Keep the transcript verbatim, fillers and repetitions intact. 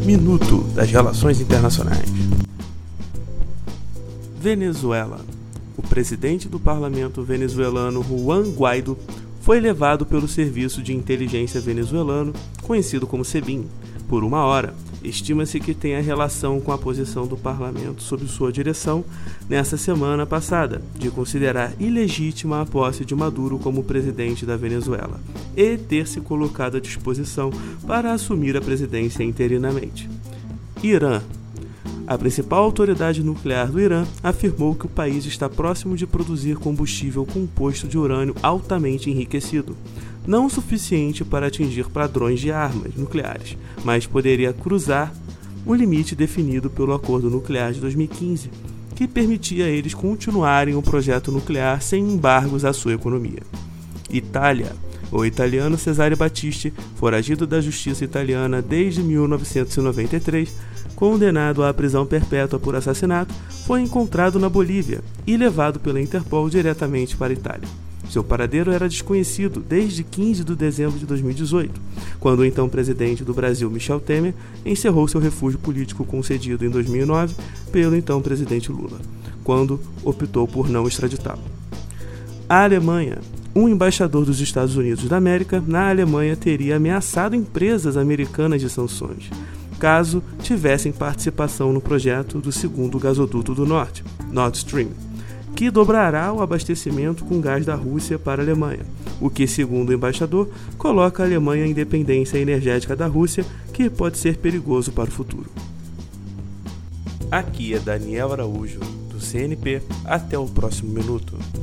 Minuto das Relações Internacionais. Venezuela. O presidente do parlamento venezuelano, Juan Guaidó, foi levado pelo serviço de inteligência venezuelano, conhecido como SEBIN, por uma hora. Estima-se que tenha relação com a posição do parlamento sob sua direção nessa semana passada, de considerar ilegítima a posse de Maduro como presidente da Venezuela e ter se colocado à disposição para assumir a presidência interinamente. Irã. A principal autoridade nuclear do Irã afirmou que o país está próximo de produzir combustível composto de urânio altamente enriquecido, não o suficiente para atingir padrões de armas nucleares, mas poderia cruzar o limite definido pelo Acordo Nuclear de dois mil e quinze, que permitia a eles continuarem o projeto nuclear sem embargos à sua economia. Itália. O italiano Cesare Battisti, foragido da justiça italiana desde mil novecentos e noventa e três, condenado à prisão perpétua por assassinato, foi encontrado na Bolívia e levado pela Interpol diretamente para a Itália. Seu paradeiro era desconhecido desde quinze de dezembro de dois mil e dezoito, quando o então presidente do Brasil, Michel Temer, encerrou seu refúgio político concedido em dois mil e nove pelo então presidente Lula, quando optou por não extraditá-lo. A Alemanha. Um embaixador dos Estados Unidos da América na Alemanha teria ameaçado empresas americanas de sanções, caso tivessem participação no projeto do segundo gasoduto do Norte, Nord Stream, que dobrará o abastecimento com gás da Rússia para a Alemanha, o que, segundo o embaixador, coloca a Alemanha em dependência energética da Rússia, que pode ser perigoso para o futuro. Aqui é Daniel Araújo, do C N P. Até o próximo minuto.